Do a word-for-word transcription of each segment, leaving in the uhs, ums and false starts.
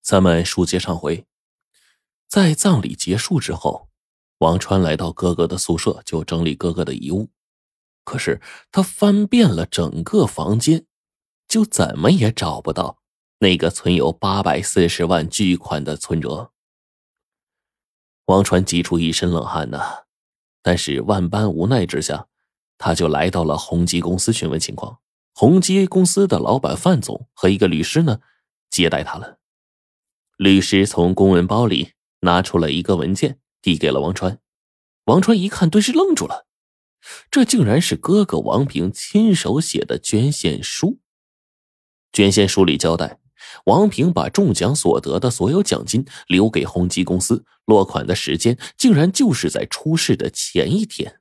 咱们书接上回，在葬礼结束之后，王川来到哥哥的宿舍，就整理哥哥的遗物。可是他翻遍了整个房间，就怎么也找不到那个存有八百四十万巨款的存折。王川急出一身冷汗呐，但是万般无奈之下，他就来到了宏基公司询问情况。宏基公司的老板范总和一个律师呢，接待他了。律师从公文包里拿出了一个文件，递给了王川。王川一看，顿时愣住了，这竟然是哥哥王平亲手写的捐献书。捐献书里交代，王平把中奖所得的所有奖金留给宏基公司，落款的时间竟然就是在出事的前一天。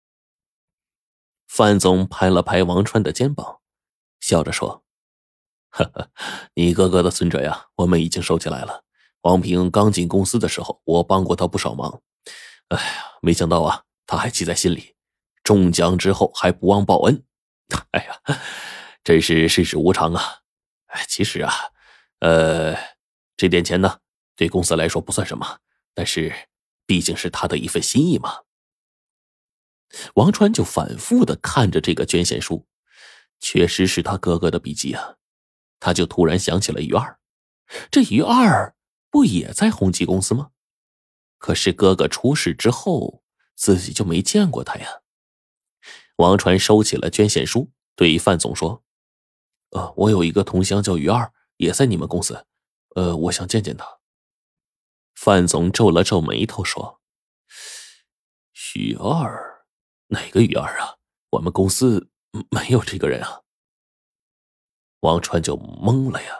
范总拍了拍王川的肩膀，笑着说：呵呵，你哥哥的存折呀，我们已经收起来了。王平刚进公司的时候，我帮过他不少忙。哎呀，没想到啊，他还记在心里。中奖之后还不忘报恩。哎呀，真是世事无常啊。哎，其实啊，呃，这点钱呢，对公司来说不算什么，但是毕竟是他的一份心意嘛。王川就反复的看着这个捐献书，确实是他哥哥的笔迹啊。他就突然想起了于二，这于二不也在宏基公司吗？可是哥哥出事之后，自己就没见过他呀。王川收起了捐献书，对范总说：呃，我有一个同乡叫于二，也在你们公司，呃，我想见见他。范总皱了皱眉头说：于二？哪个于二啊？我们公司没有这个人啊。王川就懵了呀，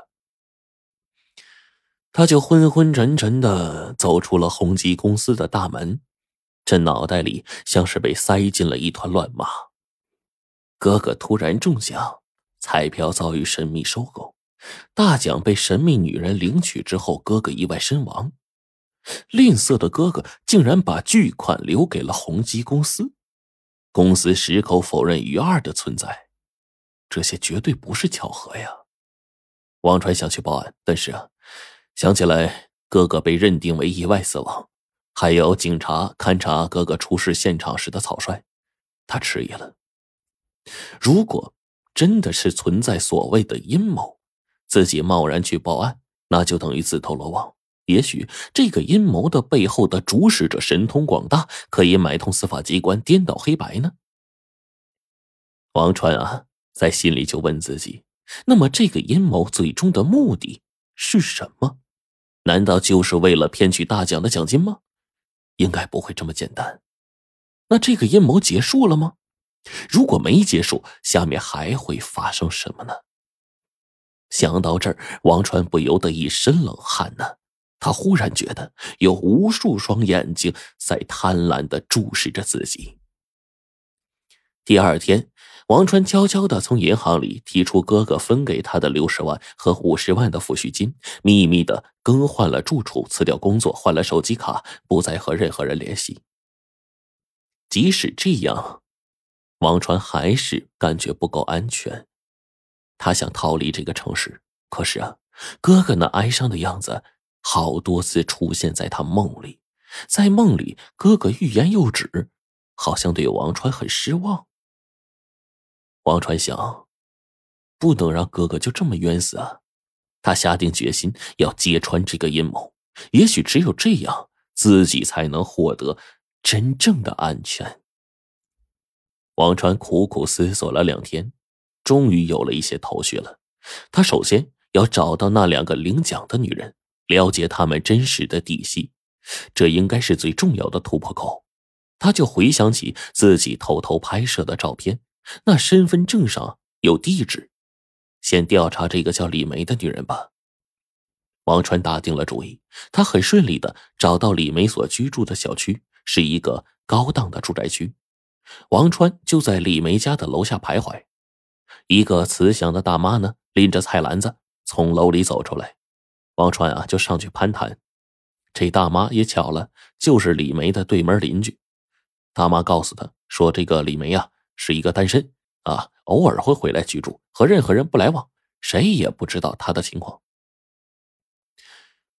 他就昏昏沉沉的走出了宏基公司的大门，这脑袋里像是被塞进了一团乱麻。哥哥突然中奖，彩票遭遇神秘收购，大奖被神秘女人领取之后，哥哥意外身亡。吝啬的哥哥竟然把巨款留给了宏基公司，公司矢口否认于二的存在，这些绝对不是巧合呀。王川想去报案，但是啊，想起来哥哥被认定为意外死亡，还有警察勘察哥哥出事现场时的草率，他迟疑了。如果真的是存在所谓的阴谋，自己贸然去报案，那就等于自投罗网。也许这个阴谋的背后的主使者神通广大，可以买通司法机关，颠倒黑白呢。王川啊，在心里就问自己，那么这个阴谋最终的目的是什么？难道就是为了骗取大奖的奖金吗？应该不会这么简单。那这个阴谋结束了吗？如果没结束，下面还会发生什么呢？想到这儿，王川不由得一身冷汗呢。他忽然觉得有无数双眼睛在贪婪地注视着自己。第二天，王川悄悄地从银行里提出哥哥分给他的六十万和五十万的抚恤金，秘密地更换了住处，辞掉工作，换了手机卡，不再和任何人联系。即使这样，王川还是感觉不够安全。他想逃离这个城市，可是啊，哥哥那哀伤的样子好多次出现在他梦里，在梦里哥哥欲言又止，好像对王川很失望。王川想，不能让哥哥就这么冤死啊！他下定决心要揭穿这个阴谋，也许只有这样，自己才能获得真正的安全。王川苦苦思索了两天，终于有了一些头绪了。他首先要找到那两个领奖的女人，了解她们真实的底细，这应该是最重要的突破口。他就回想起自己偷偷拍摄的照片，那身份证上有地址，先调查这个叫李梅的女人吧。王川打定了主意，他很顺利地找到李梅所居住的小区，是一个高档的住宅区。王川就在李梅家的楼下徘徊，一个慈祥的大妈呢，拎着菜篮子从楼里走出来。王川啊，就上去攀谈。这大妈也巧了，就是李梅的对门邻居。大妈告诉他说，这个李梅啊是一个单身啊，偶尔会回来居住，和任何人不来往，谁也不知道她的情况。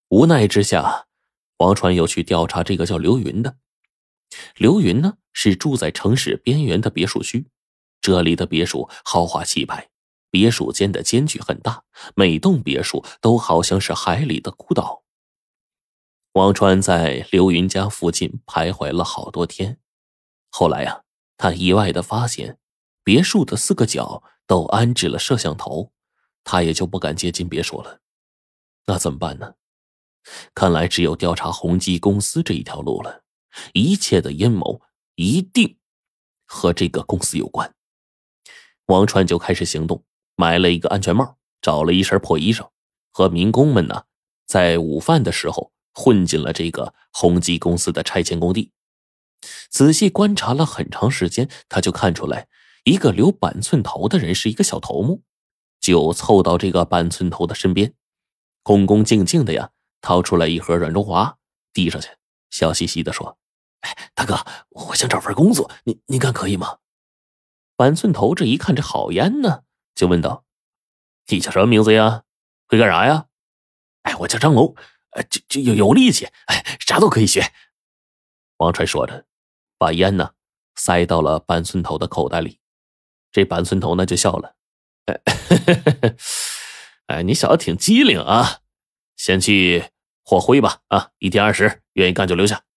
无奈之下，王川又去调查这个叫刘云的。刘云呢，是住在城市边缘的别墅区，这里的别墅豪华气派，别墅间的间距很大，每栋别墅都好像是海里的孤岛。王川在刘云家附近徘徊了好多天，后来呀、啊，他意外地发现别墅的四个角都安置了摄像头，他也就不敢接近别墅了。那怎么办呢？看来只有调查宏基公司这一条路了，一切的阴谋一定和这个公司有关。王川就开始行动，买了一个安全帽，找了一身破衣裳，和民工们呢，在午饭的时候混进了这个宏基公司的拆迁工地。仔细观察了很长时间，他就看出来一个留板寸头的人是一个小头目，就凑到这个板寸头的身边，恭恭敬敬的呀，掏出来一盒软中华，递上去，笑嘻嘻的说：“哎，大哥，我想找份工作，您您看可以吗？”板寸头这一看这好烟呢，就问道：“你叫什么名字呀？会干啥呀？”“哎，我叫张龙，呃，这这有有力气，哎，啥都可以学。”王川说着，把烟呢塞到了板寸头的口袋里。这板寸头呢就笑了：“哎，哎，你小子挺机灵啊，先去火灰吧，啊，一天二十，愿意干就留下。”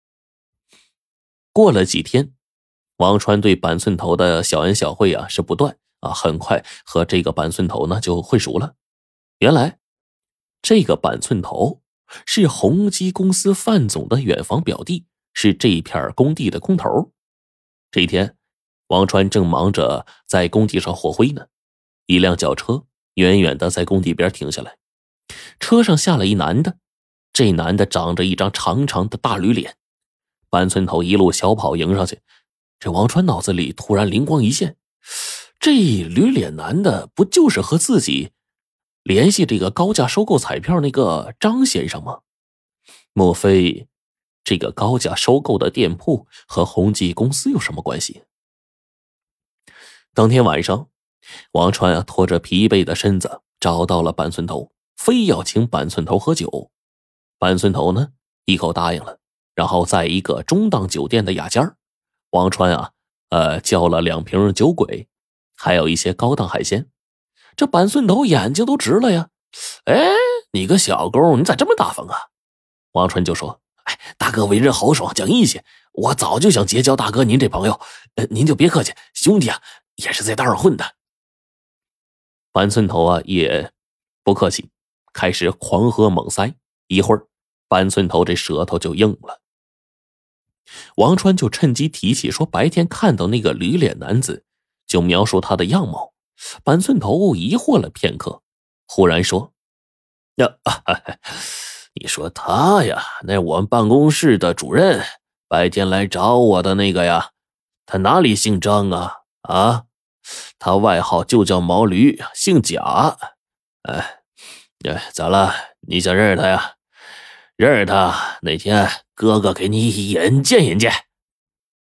过了几天，王川对板寸头的小恩小惠啊是不断啊，很快和这个板寸头呢就混熟了。原来这个板寸头是宏基公司范总的远房表弟，是这一片工地的工头。这一天，王川正忙着在工地上火灰呢，一辆轿车远远的在工地边停下来，车上下了一男的，这男的长着一张长长的大驴脸。板寸头一路小跑迎上去，这王川脑子里突然灵光一现，这驴脸男的不就是和自己联系这个高价收购彩票那个张先生吗？莫非这个高价收购的店铺和宏基公司有什么关系？当天晚上，王川啊拖着疲惫的身子找到了板寸头，非要请板寸头喝酒。板寸头呢一口答应了，然后在一个中档酒店的雅间，王川啊呃叫了两瓶酒鬼，还有一些高档海鲜。这板寸头眼睛都直了呀，哎，你个小工，你咋这么大方啊？王川就说：“哎，大哥为人豪爽，讲义气，我早就想结交大哥您这朋友，呃，您就别客气，兄弟啊，也是在道上混的。”板寸头啊也不客气，开始狂喝猛塞，一会儿板寸头这舌头就硬了。王川就趁机提起说白天看到那个驴脸男子，就描述他的样貌。板寸头疑惑了片刻，忽然说：“呀、啊，你说他呀，那我们办公室的主任，白天来找我的那个呀，他哪里姓张啊？啊，他外号就叫毛驴，姓贾。哎，哎，咋了？你想认识他呀？认识他，哪天哥哥给你引荐引荐。”